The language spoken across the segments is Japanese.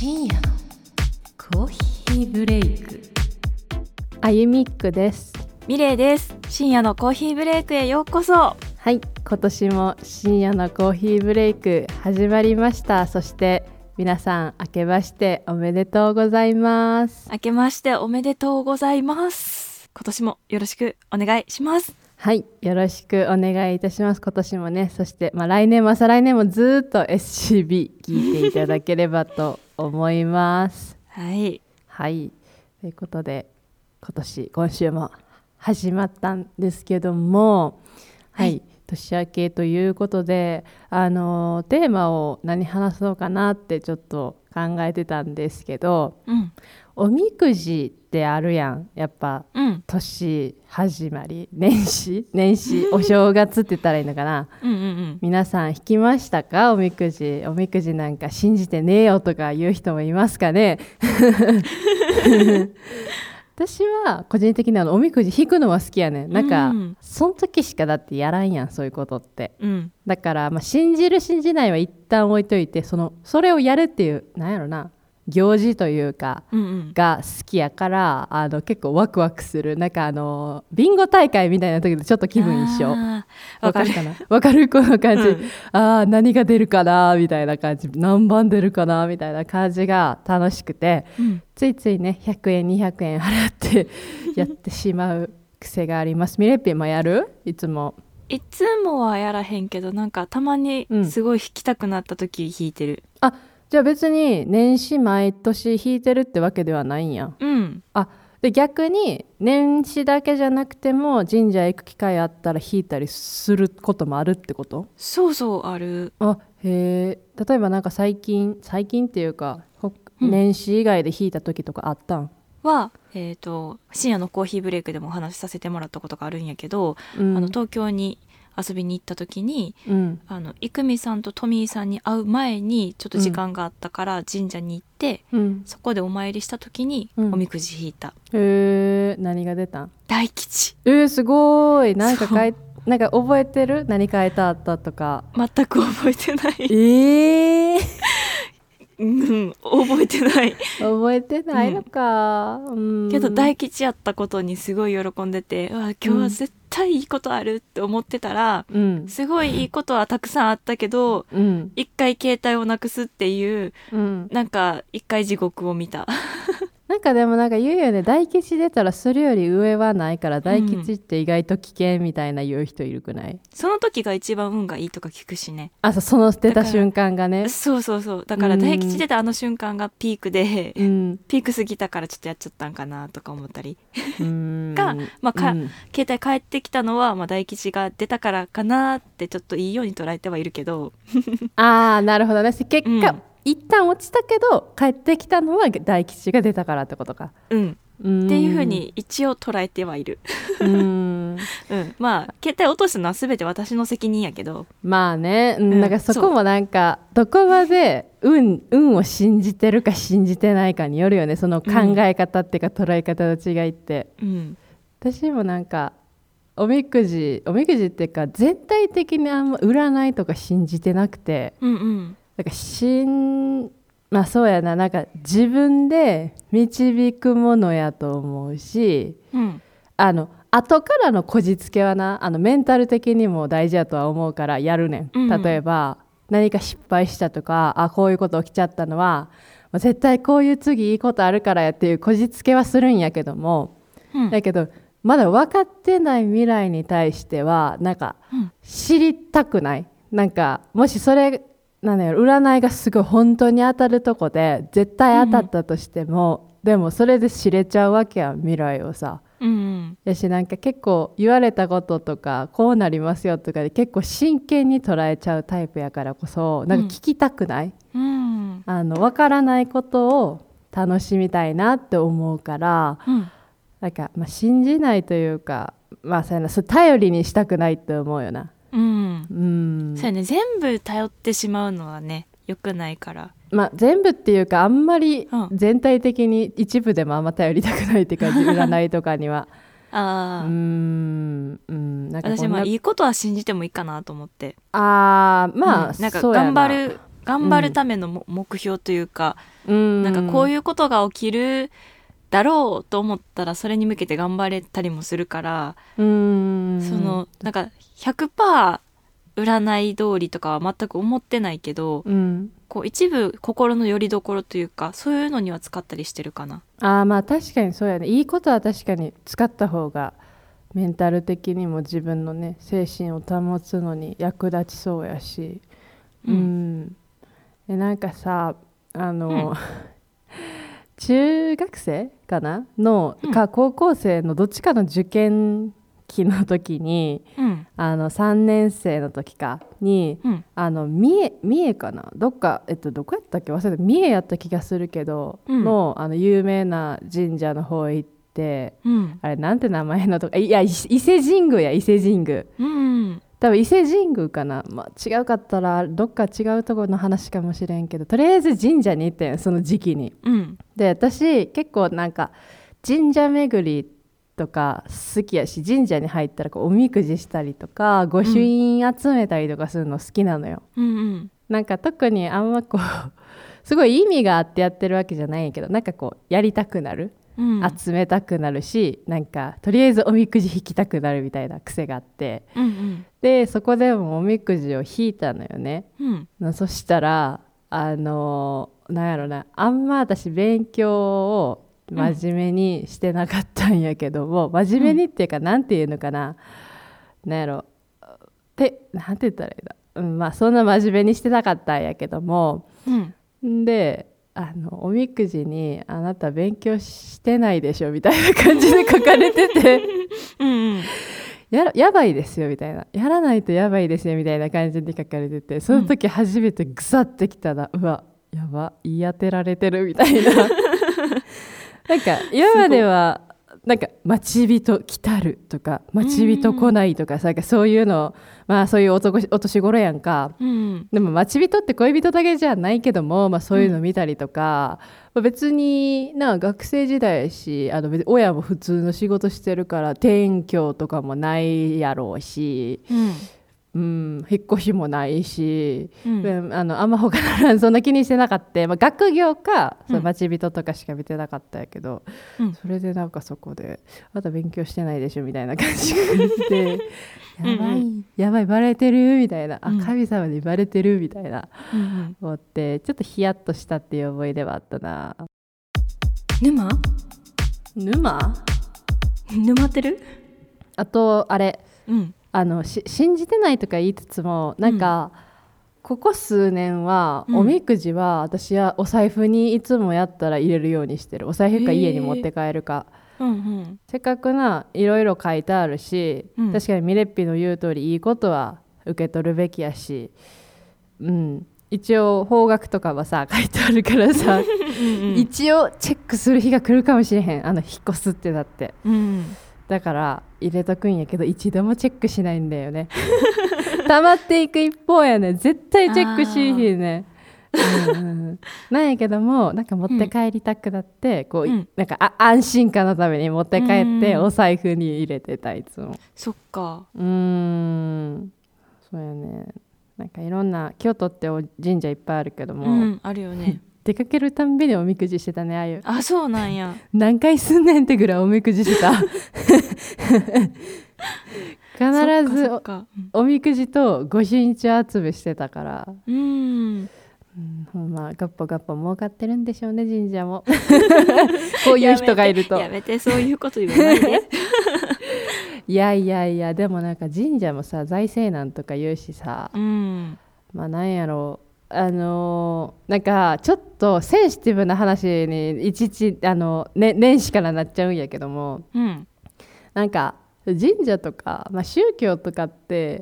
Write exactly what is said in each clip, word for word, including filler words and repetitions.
深夜のコーヒーブレイク。 あゆみっくです。 ミレイです。深夜のコーヒーブレイクへようこそ。 はい、今年も深夜のコーヒーブレイク始まりました。そして皆さん明けましておめでとうございます。 明けましておめでとうございます。今年もよろしくお願いします。 はい、よろしくお願いいたします。今年もね、そして、まあ、来年も再来年もずっと エスシービー 聞いていただければと思いますはいはい、ということで今年今週も始まったんですけども、はい、はい、年明けということで、あのテーマを何話そうかなってちょっと考えてたんですけど、 うん、 おみくじってあるやん、やっぱ、 うん、 年始まり、年始年始お正月って言ったらいいのかなうんうん、うん、 皆さん引きましたか？おみくじ。おみくじなんか信じてねえよとか言う人もいますかね私は個人的にはおみくじ引くのは好きやねん。なんか、うん、その時しかだってやらんやん、そういうことって、うん、だから、まあ、信じる信じないは一旦置いといて、そのそれをやるっていうなんやろな行事というか、うんうん、が好きやから、あの結構ワクワクする。なんかあのビンゴ大会みたいな時でちょっと気分一緒。わかるかな？わかるこの感じ、うん、あー何が出るかなみたいな感じ、何番出るかなみたいな感じが楽しくて、うん、ついついねひゃくえんにひゃくえん払ってやってしまう癖があります。ミレッピもやる？いつもいつもはやらへんけど、なんかたまにすごい弾きたくなった時弾いてる、 うん、あ、じゃあ別に年始毎年弾いてるってわけではないんや。 うん。 あ、で逆に年始だけじゃなくても神社行く機会あったら弾いたりすることもあるってこと？ そうそうある。 あ、へえ。例えばなんか最近最近っていうか、うん、年始以外で弾いた時とかあったん？ は、えーと、深夜のコーヒーブレイクでもお話しさせてもらったことがあるんやけど、うん、あの東京に遊びに行った時に、うん、あの郁美さんとトミーさんに会う前にちょっと時間があったから神社に行って、うん、そこでお参りした時におみくじ引いた、 うん、へえ。何が出たん？ 大吉。 えー、すごい。なんか書いなんか覚えてる？何書いてあったとか。 全く覚えてない。 えーうん、覚えてない覚えてないのか、 うん、けど大吉やったことにすごい喜んでて、うわ今日は絶対いいことあるって思ってたら、うん、すごいいいことはたくさんあったけど、うん、一回携帯をなくすっていう、うん、なんか一回地獄を見たなんかでもなんか言うよね、大吉出たらそれより上はないから大吉って意外と危険みたいな言う人いるくない？ その時が一番運がいいとか聞くしね。 あ、そう、その出た瞬間がね。 そうそうそう。だから大吉出たあの瞬間がピークで、うん、ピーク過ぎたからちょっとやっちゃったんかなとか思ったりうんが、まあか、うん、携帯帰ってきたのは、まあ、大吉が出たからかなってちょっといいように捉えてはいるけどあーなるほどね。結果、うん、一旦落ちたけど帰ってきたのは大吉が出たからってことか。 うんっていう風に一応捉えてはいるうん、うん、まあ携帯落としたのは全て私の責任やけど、 まあね、うん、なんかそこもなんかどこまで運、運を信じてるか信じてないかによるよね。その考え方っていうか捉え方の違いって、うん、私もなんかおみくじおみくじっていうか全体的にあんま占いとか信じてなくて、うんうん、なんか信まあそうやな、なんか自分で導くものやと思うし、うん、あの後からのこじつけはな、あのメンタル的にも大事だとは思うからやるねん、うん、例えば何か失敗したとか、あこういうこと起きちゃったのは絶対こういう次いいことあるからやっていうこじつけはするんやけども、うん、だけどまだ分かってない未来に対してはなんか知りたくない。なんかもしそれなんだよ、占いがすごい本当に当たるとこで絶対当たったとしても、うん、でもそれで知れちゃうわけや未来をさ、うん、やしなんか結構言われたこととかこうなりますよとかで結構真剣に捉えちゃうタイプやからこそなんか聞きたくない、うん、あの分からないことを楽しみたいなって思うから、うん、なんか、まあ、信じないというか、まあ、そうやな、それ頼りにしたくないって思うよな。 うんうん、そうやね、全部頼ってしまうのはね良くないから、 まあ、全部っていうかあんまり全体的に一部でもあんま頼りたくないって感じ占いとかにはあうーん、うん、 なんか私まあいいことは信じてもいいかなと思って、 ああまあ、 うん、なんか頑張る頑張るためのも、うん、目標というか、うん、なんかこういうことが起きるだろうと思ったらそれに向けて頑張れたりもするから、うん、そのなんか ひゃくパーセント 占い通りとかは全く思ってないけど、うん、こう一部心の拠り所というかそういうのには使ったりしてるかな。 あ、まあ確かにそうやね。いいことは確かに使った方がメンタル的にも自分のね精神を保つのに役立ちそうやし、うん、うん、でなんかさあの、うん、中学生かなの、うん、か高校生のどっちかの受験期の時に、うん、あのさんねん生の時かに、うん、あの三重、三重かなどっか、えっと、どこやったっけ忘れた、三重やった気がするけど、うん、の, あの有名な神社の方行って、うん、あれなんて名前のとか、いや伊勢神宮や伊勢神宮、うん、多分伊勢神宮かな、まあ、違うかったらどっか違うところの話かもしれんけど、とりあえず神社に行ってんその時期に、うん、で私結構なんか神社巡りとか好きやし、神社に入ったらこうおみくじしたりとか御朱印集めたりとかするの好きなのよ、うんうん、なんか特にあんまこうすごい意味があってやってるわけじゃないんやけど、なんかこうやりたくなる、うん、集めたくなるし、なんかとりあえずおみくじ引きたくなるみたいな癖があって、うんうん、でそこでもおみくじを引いたのよね、うん、そしたらあのー、なんやろな、あんま私勉強を真面目にしてなかったんやけども、うん、真面目にっていうか、なんていうのかな、なんやろて、なんて言ったらいいんだ、うん、まあそんな真面目にしてなかったんやけども、うん、であのおみくじにあなた勉強してないでしょみたいな感じで書かれててうん、うん、や, やばいですよみたいな、やらないとやばいですよみたいな感じで書かれてて、その時初めてグサってきたら、うん、うわやば言い当てられてるみたいななんか今まではなんか待ち人来たるとか待ち人来ないとか、なんかそういうの、まあそういう お, とお年頃やんか、うん、でも待ち人って恋人だけじゃないけども、まあ、そういうの見たりとか、うん、別にな学生時代やし、あの別に親も普通の仕事してるから転居とかもないやろうし、うんうん、引っ越しもないし、うん、あのあんま他のそんな気にしてなかった、まあ、学業か、うん、その待ち人とかしか見てなかったんやけど、うん、それでなんかそこでまた勉強してないでしょみたいな感じがしてやばい、うん、やばいバレてるみたいな、うん、あ神様にバレてるみたいな、うん、思ってちょっとヒヤッとしたっていう思い出はあったな。 沼沼沼ってる。 あとあれ、うんあのし信じてないとか言いつつもなんか、うん、ここ数年はおみくじは私はお財布にいつもやったら入れるようにしてる。お財布か家に持って帰るか、うんうん、せっかくないろいろ書いてあるし、うん、確かにミレッピの言う通りいいことは受け取るべきやし、うん、一応方角とかはさ書いてあるからさうん、一応チェックする日が来るかもしれへん、あの引っ越すってだって、うんだから入れとくんやけど一度もチェックしないんだよね溜まっていく一方やね、絶対チェックしいひんねうん、うん、なんやけどもなんか持って帰りたくなって、うん、こう、うん、なんかあ安心感のために持って帰ってお財布に入れてたいつも。 そっか、 うーんそうやね、なんかいろんな京都って神社いっぱいあるけども、 うん、あるよね出かけるたんびにおみくじしてたね。ああいうあそうなんや何回すんねんってぐらいおみくじしてた必ず お, おみくじと御朱印集めしてたから、うん、うん、ほんまガッポガッポ儲かってるんでしょうね神社もこういう人がいるとやめて、やめてそういうこと言わないでいやいやいやでもなんか神社もさ財政難とか言うしさ、うん、まあなんやろうあのー、なんかちょっとセンシティブな話にいちいちあの、ね、年始からなっちゃうんやけども、うん、なんか神社とか、まあ、宗教とかって、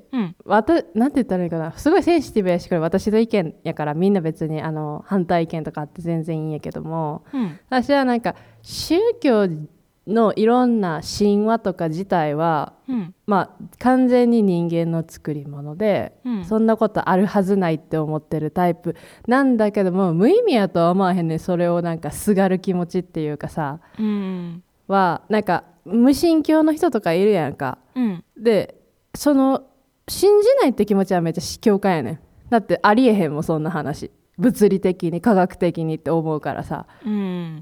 うん、わたなんて言ったらいいかな、すごいセンシティブやしこれ私の意見やからみんな別にあの反対意見とかあって全然いいんやけども、うん、私はなんか宗教のいろんな神話とか自体は、うん、まあ完全に人間の作り物で、うん、そんなことあるはずないって思ってるタイプなんだけども、無意味やとは思わへんねん。それをなんかすがる気持ちっていうかさ、うん、はなんか無神教の人とかいるやんか、うん、でその信じないって気持ちはめっちゃ共感やねん。 だってありえへんもんそんな話、物理的に科学的にって思うからさ、うん、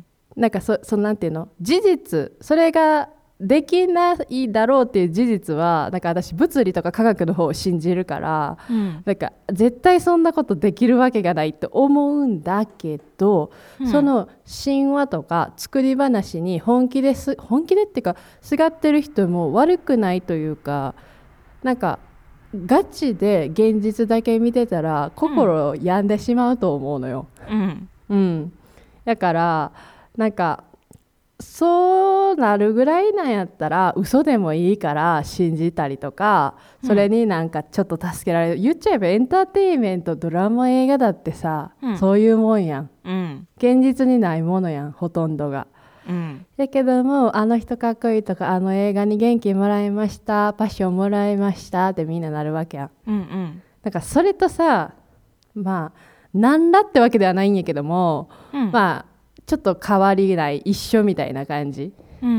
なんか そ, そなんていうの事実、それができないだろうっていう事実はなんか私物理とか科学の方を信じるから、うん、なんか絶対そんなことできるわけがないって思うんだけど、うん、その神話とか作り話に本気です本気でっていうかすがってる人も悪くないというか、なんかガチで現実だけ見てたら心病んでしまうと思うのよ、うんうん、だからなんかそうなるぐらいなんやったら嘘でもいいから信じたりとか、それになんかちょっと助けられる、うん、言っちゃえばエンターテインメント、ドラマ、映画だってさ、うん、そういうもんやん、うん、現実にないものやんほとんどが、うん、だけどもあの人かっこいいとか、あの映画に元気もらいました、パッションもらいましたってみんななるわけやん、うんうん、だからそれとさ、まあ何らってわけではないんやけども、うん、まあちょっと変わりない一緒みたいな感じ、うん、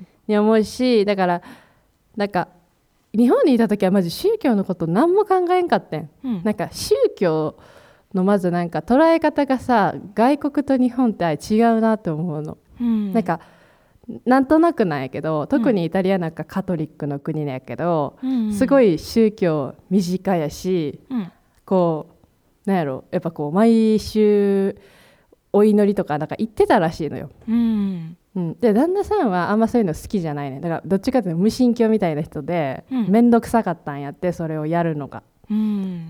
に思うし、だからなんか日本にいた時はマジ宗教のこと何も考えんかったん、うん、なんか宗教のまずなんか捉え方がさ、外国と日本って違うなと思うの、うん、なんかなんとなくなんやけど、特にイタリアなんかカトリックの国なんやけど、うん、すごい宗教身近やし、うん、こうなんやろ、やっぱこう毎週お祈りとかなんか言ってたらしいのよ、うんうん、で旦那さんはあんまそういうの好きじゃないね。だからどっちかというと無神教みたいな人で、うん、めんどくさかったんやって、それをやるのが、うん、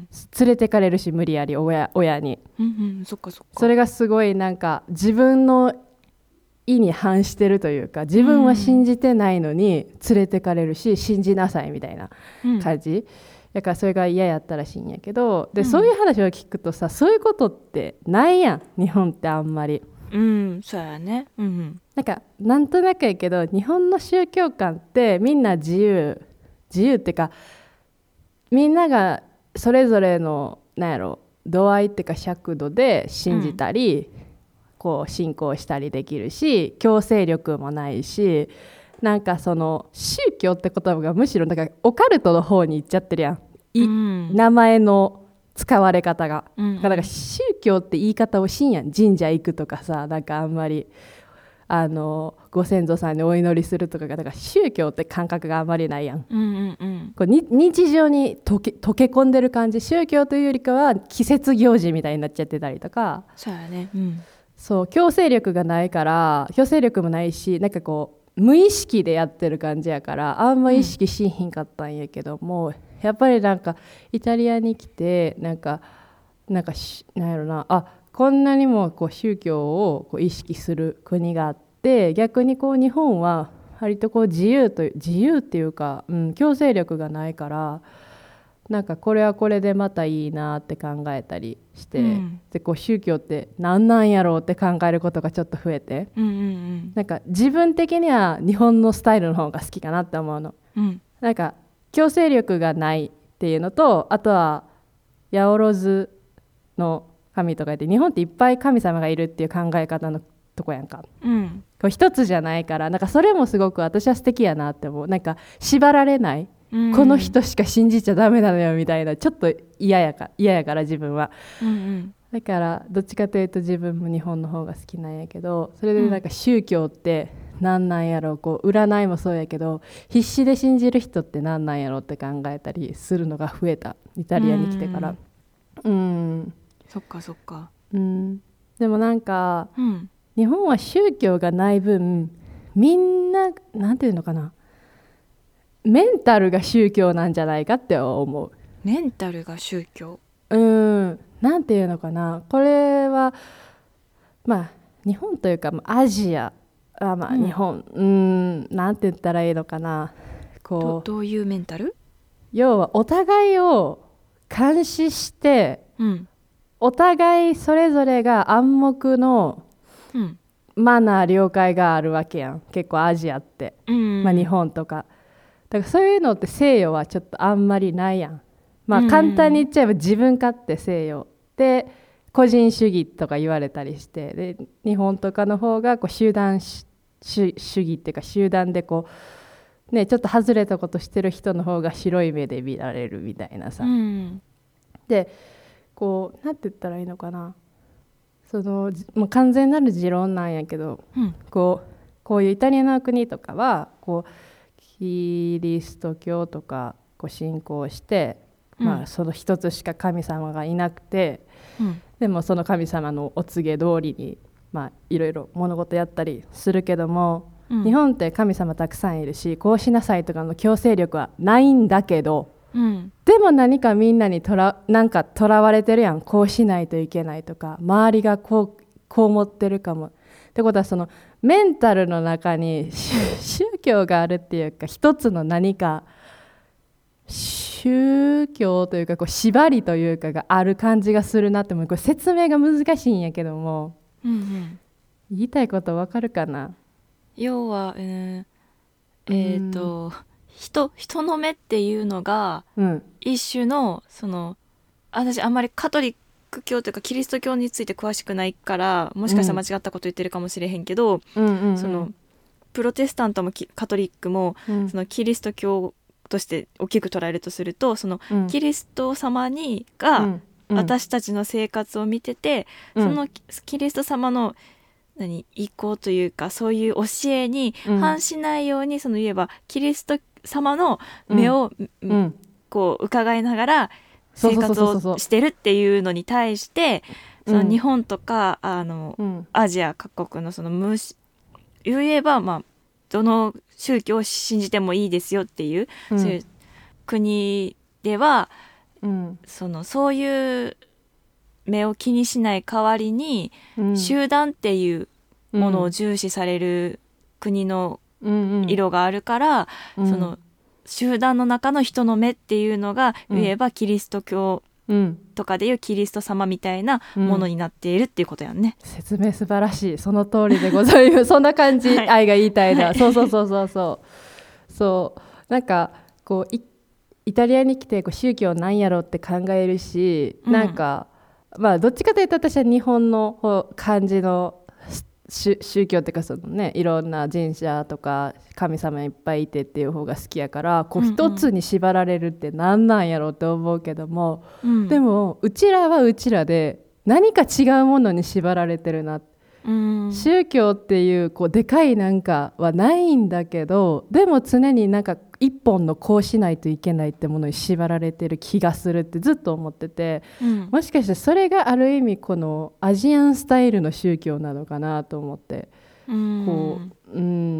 連れてかれるし無理やり 親, 親に、うんうん、そっかそっか、それがすごいなんか自分の意に反してるというか、自分は信じてないのに連れてかれるし、信じなさいみたいな感じ、うんだからそれが嫌やったらしいんやけど、で、うん、そういう話を聞くとさ、そういうことってないやん日本ってあんまり、 うんそうやね、うん、 なんかなんとなくやけど日本の宗教観ってみんな自由自由ってか、みんながそれぞれのなんやろ度合いってか尺度で信じたり、うん、こう信仰したりできるし、強制力もないし、なんかその宗教って言葉がむしろなんかオカルトの方に行っちゃってるやん、い、うん、名前の使われ方が、うん、だから宗教って言い方をしんやん、神社行くとかさ、なんかあんまりあのご先祖さんにお祈りするとかが、だから宗教って感覚があんまりないやん、うんうんうん、こうに日常に溶け、溶け込んでる感じ、宗教というよりかは季節行事みたいになっちゃってたりとか、 そうやね、うん、そう強制力がないから、強制力もないし、なんかこう無意識でやってる感じやからあんま意識しひんかったんやけども、うん、やっぱりなんかイタリアに来てなんかなんかなんやろな、あこんなにもこう宗教をこう意識する国があって、逆にこう日本は割とこう自由と自由っていうか、うん、強制力がないから、なんかこれはこれでまたいいなって考えたりして、うん、でこう宗教って何なんやろうって考えることがちょっと増えて、うんうんうん、なんか自分的には日本のスタイルの方が好きかなって思うの、うん、なんか強制力がないっていうのと、あとは八百万の神とかで日本っていっぱい神様がいるっていう考え方のとこやんか、うん、こう一つじゃないから、なんかそれもすごく私は素敵やなって思う。なんか縛られない、うん、この人しか信じちゃダメなのよみたいな、ちょっと嫌やか嫌やから自分は、うんうん、だからどっちかというと自分も日本の方が好きなんやけど、それでなんか宗教って何なんやろう、こう占いもそうやけど必死で信じる人って何なんやろうって考えたりするのが増えた、イタリアに来てから。うん、うん、 そっかそっか、 うん、でもなんか、うん、日本は宗教がない分みんななんていうのかな、メンタルが宗教なんじゃないかって思う。 メンタルが宗教、 うーん、なんていうのかな、これはまあ日本というかアジア、あ、まあ日本、うん、うーん、なんて言ったらいいのかな、こうど, どういうメンタル？ 要はお互いを監視して、うん、お互いそれぞれが暗黙のマナー了解があるわけやん、結構アジアって、うん、まあ、日本とかだからそういうのって西洋はちょっとあんまりないやん。まあ簡単に言っちゃえば自分勝手西洋で個人主義とか言われたりして、で日本とかの方がこう集団主義っていうか集団でこうねちょっと外れたことしてる人の方が白い目で見られるみたいなさ、うん、でここうなんて言ったらいいのかな、そのもう完全なる持論なんやけど、うん、こうこういうイタリアの国とかはこうキリスト教とかこう信仰して、うん、まあ、その一つしか神様がいなくて、うん、でもその神様のお告げ通りに、まあ、いろいろ物事やったりするけども、うん、日本って神様たくさんいるしこうしなさいとかの強制力はないんだけど、うん、でも何かみんなにとらなんかとらわれてるやん、こうしないといけないとか周りがこう、こう思ってるかもってことは、そのメンタルの中に宗教があるっていうか一つの何か宗教というかこう縛りというかがある感じがするなって思う。これ説明が難しいんやけども、うんうん、言いたいことわかるかな。 要は、えー、えー、と、うん、人, 人の目っていうのが、うん、一種のその私あんまりカトリック教というかキリスト教について詳しくないからもしかしたら間違ったこと言ってるかもしれへんけど、うん、そのプロテスタントもカトリックも、うん、そのキリスト教として大きく捉えるとすると、そのキリスト様にが私たちの生活を見てて、うん、そのキリスト様の何意向というかそういう教えに反しないように、うん、その言えばキリスト様の目を、うん、こう伺いながら生活をしてるっていうのに対して、その日本とかあの、うん、アジア各国のその無言えば、まあ、どの宗教を信じてもいいですよっていう、うん、そういう国では、うん、そのそういう目を気にしない代わりに、うん、集団っていうものを重視される国の色があるから、うんうん、その集団の中の人の目っていうのが、うん、言えばキリスト教とかでいうキリスト様みたいなものになっているっていうことやんね、 うん、説明素晴らしい。その通りでございますそんな感じ、はい、愛が言いたいな、はい、そうそうそうそうそうそうなんかこう イ, イタリアに来てこう宗教なんやろって考えるし、うん、なんかまあどっちかというと私は日本の感じの宗教っていうかそのね、いろんな神社とか神様いっぱいいてっていう方が好きやから、こう一つに縛られるって何なんやろうって思うけども、うん、でもうちらはうちらで何か違うものに縛られてるな、うん、宗教っていうこうでかいなんかはないんだけど、でも常になんか一本のこうしないといけないってものに縛られてる気がするってずっと思ってて、うん、もしかしてそれがある意味このアジアンスタイルの宗教なのかなと思って、うん、こう、うん、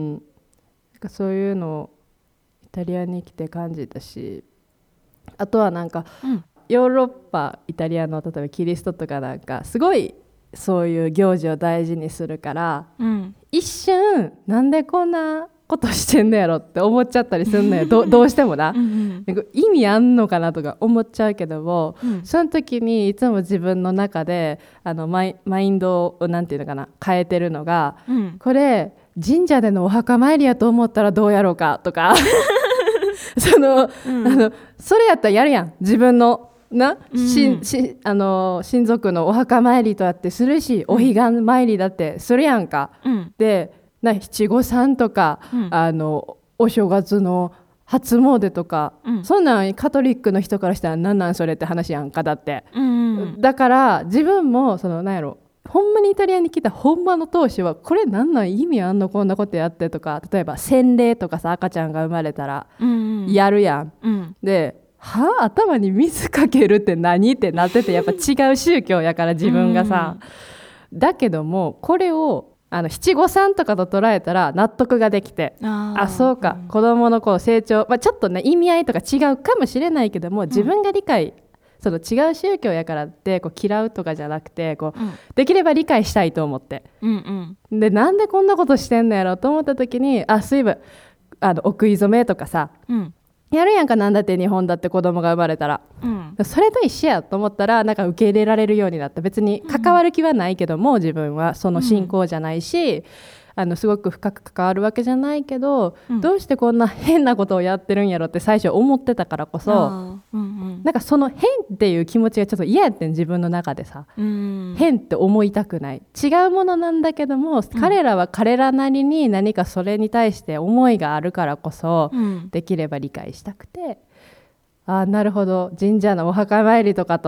なんかそういうのをイタリアに来て感じたし、あとはなんか、うん、ヨーロッパイタリアの例えばキリストとかなんかすごいそういう行事を大事にするから、うん、一瞬なんでこんなことしてんのやろって思っちゃったりするのよど, どうしてもな、うんうん、意味あんのかなとか思っちゃうけども、うん、その時にいつも自分の中であのマイ、マインドをなんていうのかな変えてるのが、うん、これ神社でのお墓参りやと思ったらどうやろうかとかその、うん、あのそれやったらやるやん自分のな、うん、ししあの親族のお墓参りとやってするし、うん、お彼岸参りだってするやんか、うん、でな七五三とか、うん、あのお正月の初詣とか、うん、そんなんカトリックの人からしたらなんなんそれって話やんかだって、うんうん、だから自分もそのなんやろほんまにイタリアに来たほんまの当初はこれなんなん意味あんのこんなことやってとか、例えば洗礼とかさ赤ちゃんが生まれたらやるやん、うんうん、ではあ頭に水かけるって何ってなってて、やっぱ違う宗教やから自分がさ、うん、だけどもこれをあの七五三とかと捉えたら納得ができて、ああそうか、うん、子供のこう成長、まあ、ちょっとね意味合いとか違うかもしれないけども、自分が理解、うん、その違う宗教やからってこう嫌うとかじゃなくてこう、うん、できれば理解したいと思って、うんうん、でなんでこんなことしてんのやろと思った時に、あそういえばあのお食い初めとかさ、うんやるやんか、なんだって日本だって子供が生まれたら、うん、それと一緒やと思ったらなんか受け入れられるようになった。別に関わる気はないけども、うん、自分はその信仰じゃないし、うん、あのすごく深く関わるわけじゃないけど、うん、どうしてこんな変なことをやってるんやろって最初思ってたからこそ、うんうん、なんかその変っていう気持ちがちょっと嫌やってん自分の中でさ、うん、変って思いたくない、違うものなんだけども、うん、彼らは彼らなりに何かそれに対して思いがあるからこそ、うん、できれば理解したくて、あなるほど神社のお墓参りとかと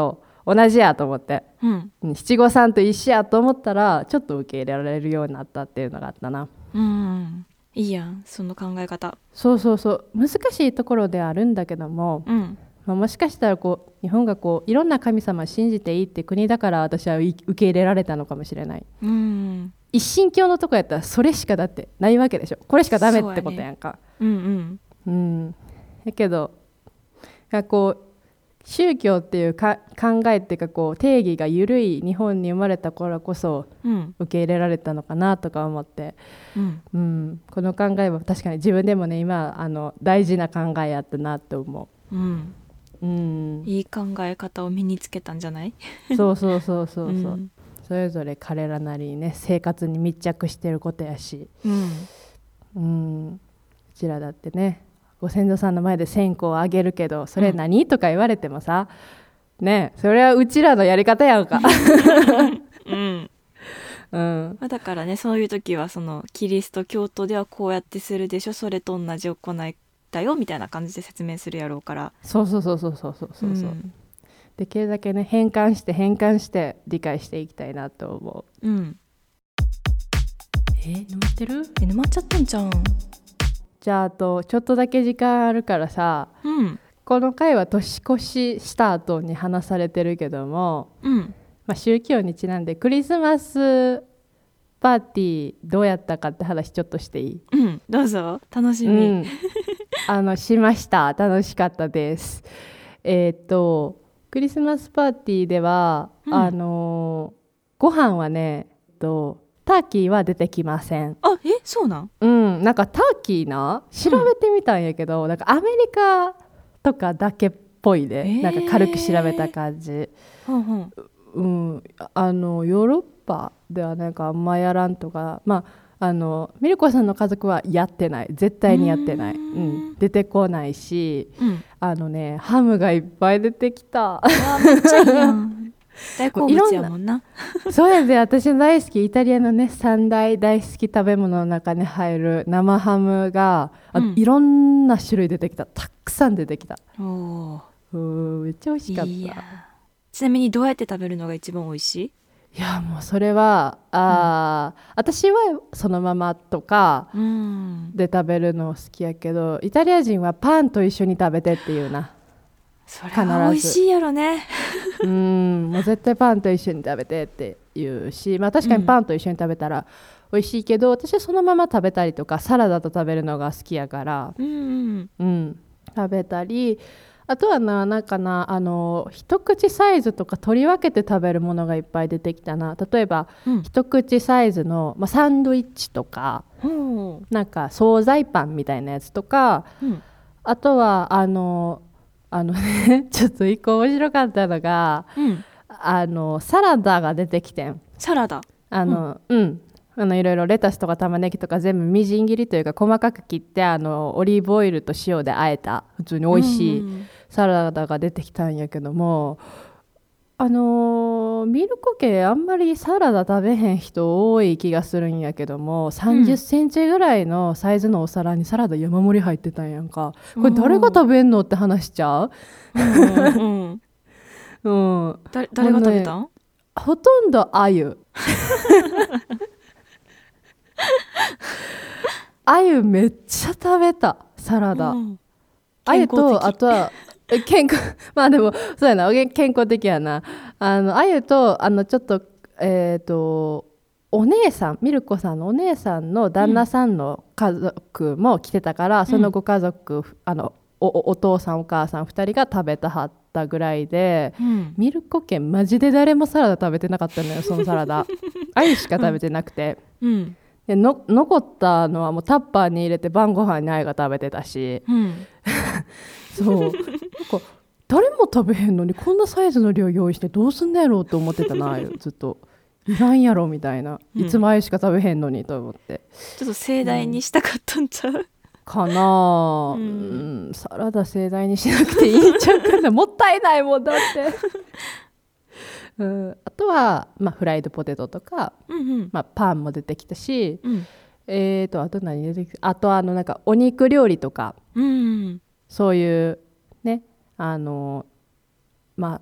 同じやと思って、 うん、 七五三と一緒やと思ったらちょっと受け入れられるようになったっていうのがあったな。 うん、いいやんその考え方。 そうそうそう、難しいところではあるんだけども、 うんまあ、もしかしたらこう日本がこういろんな神様を信じていいって国だから私は受け入れられたのかもしれない。 うん、 一神教のとこやったらそれしかだってないわけでしょ。これしかダメってことやんか。 う、ね、うんうんうんだけどこう宗教っていうか考えっていうかこう定義が緩い日本に生まれたからこそ受け入れられたのかなとか思って、 うんうん、この考えは確かに自分でもね今あの大事な考えやったなと思う。うんうん、いい考え方を身につけたんじゃない？ そうそうそうそうそう、うん、それぞれ彼らなりにね生活に密着してることやし、うんうん、うちらだってねご先祖さんの前で線香をあげるけどそれ何、うん、とか言われてもさねそれはうちらのやり方やんか、 うんうんまあ、だからねそういう時はそのキリスト教徒ではこうやってするでしょそれと同じ行いだよみたいな感じで説明するやろうから。 そうそうそうそうそうそうそう、うん、できるだけね変換して変換して理解していきたいなと思う。うんえ沼ってる？ え沼っちゃったんじゃん。 じゃああとちょっとだけ時間あるからさ、うん、この回は年越しした後に話されてるけども、うんまあ、宗教にちなんでクリスマスパーティーどうやったかって話ちょっとしていい？ うんどうぞ楽しみ、うん、 あのしました楽しかったです。えっとクリスマスパーティーでは、うん、あのご飯はねとターキーは出てきません。 あえそうなん？ うんなんかターキーな調べてみたんやけど、うん、なんかアメリカとかだけっぽいで、えー、なんか軽く調べた感じ、うんうん、あのヨーロッパではなんかあんまやらんとか、まああのミルコさんの家族はやってない絶対にやってない、うん、出てこないし、うん、あのねハムがいっぱい出てきた。 あめっちゃいいやん大好物やもんな。 そうやで私の大好きイタリアのね三大大好き食べ物の中に入る生ハムが、うん、いろんな種類出てきたたくさん出てきた。おーめっちゃ美味しかった。いやちなみにどうやって食べるのが一番美味しい？ いやもうそれはあ、うん、私はそのままとかで食べるの好きやけど、イタリア人はパンと一緒に食べてっていうな。 それは美味しいやろね。 うんもう絶対パンと一緒に食べてって言うし、まあ、確かにパンと一緒に食べたら美味しいけど、うん、私はそのまま食べたりとかサラダと食べるのが好きやから、うんうんうん、食べたりあとはななんかなあの一口サイズとか取り分けて食べるものがいっぱい出てきたな。例えば、うん、一口サイズの、まあ、サンドイッチとか、うん、なんか惣菜パンみたいなやつとか、うん、あとはあのあのねちょっと一個面白かったのが、うん、あのサラダが出てきてん。 サラダあの、うん、うん、あのいろいろレタスとか玉ねぎとか全部みじん切りというか細かく切ってあのオリーブオイルと塩で和えた普通に美味しいサラダが出てきたんやけども、あのー、ミルコ家あんまりサラダ食べへん人多い気がするんやけどもさんじゅっセンチぐらいのサイズのお皿にサラダ山盛り入ってたんやんか。これ誰が食べんのって話しちゃう。うんうんうん、 だ誰が食べたん？ ほとんどあゆあゆめっちゃ食べたサラダ、うん、あゆとあとは健康まあでもそうやな健康的やな。あのあゆとあのちょっとえっ、ー、とお姉さんミルコさんのお姉さんの旦那さんの家族も来てたから、うん、そのご家族あの お, お父さんお母さんふたりが食べたはったぐらいで、うん、ミルコ家マジで誰もサラダ食べてなかったのよそのサラダあゆしか食べてなくて、うん、での残ったのはもうタッパーに入れて晩ご飯にあゆが食べてたし、うん、そうなんか誰も食べへんのにこんなサイズの量用意してどうすんだやろうと思ってたなあゆずっといらんやろみたいな、うん、いつもあゆしか食べへんのにと思ってちょっと盛大にしたかったんちゃう、うん、 かな、うんうん、サラダ盛大にしなくていいんちゃうかなもったいないもんだって、うん、あとは、まあ、フライドポテトとか、うんうんまあ、パンも出てきたし、うん、えーとあと何出てきたあとあのなんかお肉料理とか、うんうん、そういうねあのまあ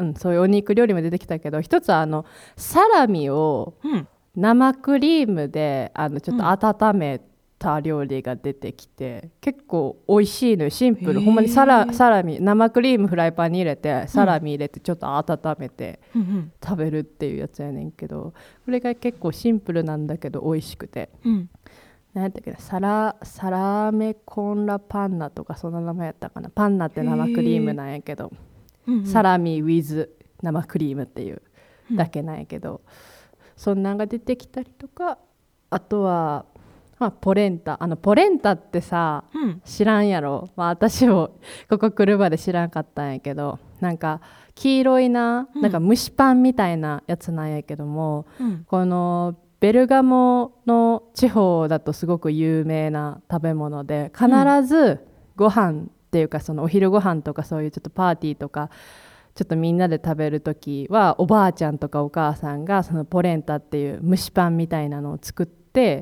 うん、そういうお肉料理も出てきたけど、一つはあのサラミを生クリームであのちょっと温めた料理が出てきて、うん、結構美味しいのよ。シンプル、ほんまにサラ、サラミ生クリームフライパンに入れてサラミ入れてちょっと温めて食べるっていうやつやねんけど、これが結構シンプルなんだけど美味しくて、うん、何やったっけな、サラ、サラメコンラパンナとかそんな名前やったかな。パンナって生クリームなんやけど、うんうん、サラミ with 生クリームっていうだけなんやけど、うん、そんなんが出てきたりとか、あとは、まあ、ポレンタあのポレンタってさ、うん、知らんやろ、まあ、私もここ来るまで知らんかったんやけど、なんか黄色いな、うん、なんか蒸しパンみたいなやつなんやけども、うん、このベルガモの地方だとすごく有名な食べ物で、必ずご飯っていうか、そのお昼ご飯とかそういうちょっとパーティーとかちょっとみんなで食べるときは、おばあちゃんとかお母さんがそのポレンタっていう蒸しパンみたいなのを作って、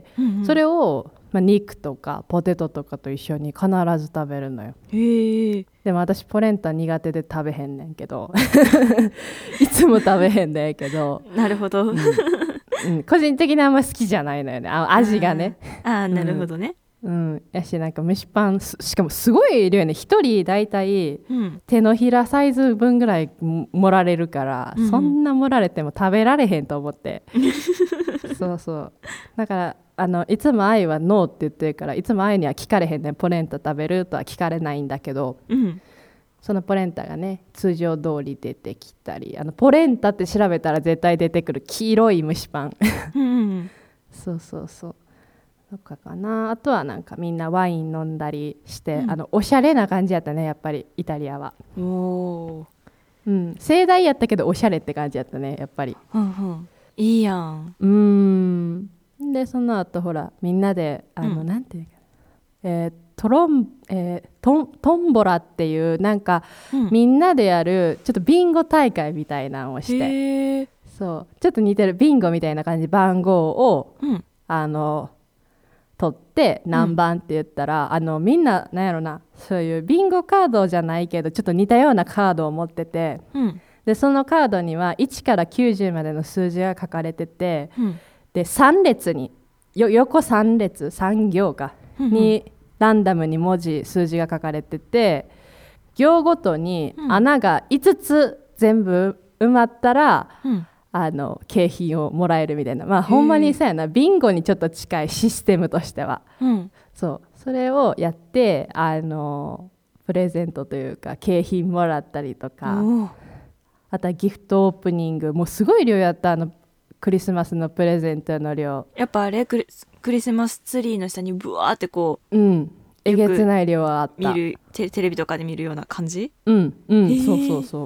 うんうん、それを、まあ、肉とかポテトとかと一緒に必ず食べるのよ。へー。でも私ポレンタ苦手で食べへんねんけどいつも食べへんねんけどなるほど、うんうん、個人的にあんま好きじゃないのよね、あ味がね。 ああ、なるほどね、 うん、やし、なんか蒸しパン、しかもすごい量ね、一人だいたい手のひらサイズ分ぐらい盛られるから、うん、そんな盛られても食べられへんと思ってそうそう、だからあのいつも愛はノーって言ってるから、いつも愛には聞かれへんねん、ポレンタ食べるとは聞かれないんだけど、うん、そのポレンタがね通常通り出てきたり、あのポレンタって調べたら絶対出てくる黄色い蒸しパンうん、うん、そうそうそうとかかな。あとはなんかみんなワイン飲んだりして、うん、あのおしゃれな感じやったね、やっぱりイタリアは。おー、うん、盛大やったけどおしゃれって感じやったね、やっぱり、うんうん、 いいやん。 うーんでその後ほらみんなであの、うん、なんていうか、えー、トロン、えー、トン、トンボラっていうなんか、うん、みんなでやるちょっとビンゴ大会みたいなのをして、へー、そうちょっと似てるビンゴみたいな感じ、番号を、うん、あの取って何番って言ったら、うん、あのみんななんやろな、そういうビンゴカードじゃないけどちょっと似たようなカードを持ってて、うん、でそのカードにはいちからきゅうじゅうまでの数字が書かれてて、うん、でさん列によ横さん列さん行かにランダムに文字数字が書かれてて、行ごとに穴がいつつ全部埋まったら、うん、あの景品をもらえるみたいな、まあほんまにそうやな、ビンゴにちょっと近いシステムとしては、うん、そうそれをやってあのプレゼントというか景品もらったりとか、あとはギフトオープニング、もうすごい量やった、あのクリスマスのプレゼントの量、 やっぱあれクリ、クリスマスツリーの下にブワーってこう、うん、えげつない量はあった、 見る テ, テレビとかで見るような感じ、 うんうん、そうそうそう、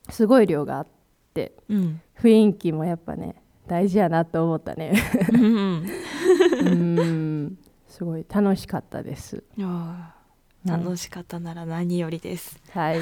すごい量があって、うん、雰囲気もやっぱね大事やなと思ったねうん、うん、すごい楽しかったです。 あ、楽しかったなら何よりです、 うん、はい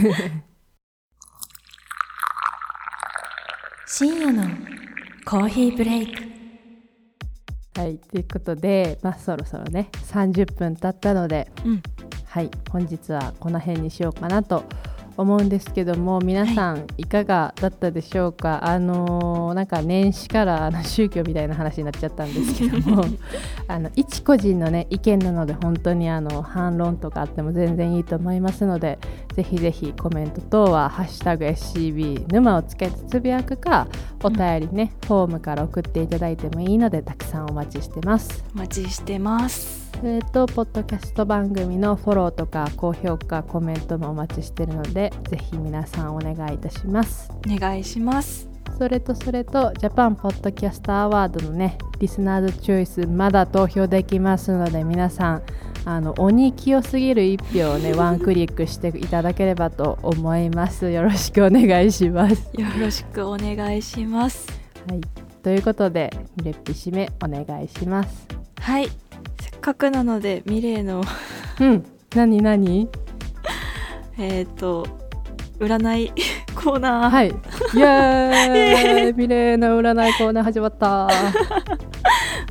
深夜のコーヒーブレイク。 はい、ということで、まあ、そろそろねさんじゅっぷん経ったので、うん、はい、本日はこの辺にしようかなと思うんですけども、皆さんいかがだったでしょうか。はい、あのー、なんか年始からあの宗教みたいな話になっちゃったんですけどもあの一個人のね意見なので、本当にあの反論とかあっても全然いいと思いますので、ぜひぜひコメント等はハッシュタグ エスシービー 沼をつけてつぶやくか、お便りね、うん、フォームから送っていただいてもいいので、たくさんお待ちしてます。 お待ちしてます。 それとポッドキャスト番組のフォローとか高評価コメントもお待ちしているので、ぜひ皆さんお願いいたします。 お願いします。 それとそれとジャパンポッドキャストアワードのねリスナーズチョイスまだ投票できますので、皆さんあの鬼清すぎる一票をねワンクリックしていただければと思います。よろしくお願いします。 よろしくお願いします。 はい、ということでミレッピ締めお願いします。 はい、せっかくなのでミレイのうん何何えっと占いコーナー、 はい、イエーイミレイの占いコーナー始まったは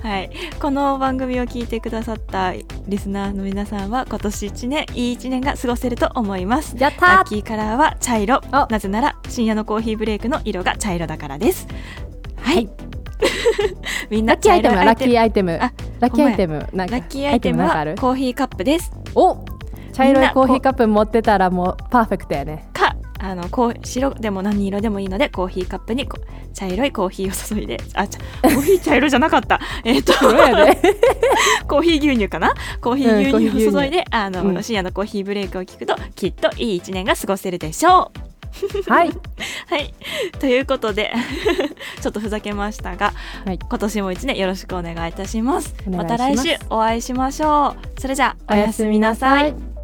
はい、この番組を聞いてくださったリスナーの皆さんは今年いちねんいいいちねんが過ごせると思います。 やったー。 ラッキーカラーは茶色、なぜなら深夜のコーヒーブレイクの色が茶色だからです。はい、はいみんなラッキーアイテムはラッキーアイテムあラッキーアイテムなんかラッキーアイテムはコーヒーカップです。 お、茶色いコーヒーカップ持ってたらもうパーフェクトやね。 かあのこう白でも何色でもいいのでコーヒーカップに茶色いコーヒーを注いで、あちコーヒー茶色じゃなかったえっとコーヒー牛乳かな、コーヒー牛乳を注いで、うん、あの、うん、深夜のコーヒーブレイクを聞くときっといい一年が過ごせるでしょう。 はい、 はい、ということでちょっとふざけましたが、はい、今年も一年よろしくお願いいたします。また来週お会いしましょう。それじゃあおやすみなさい。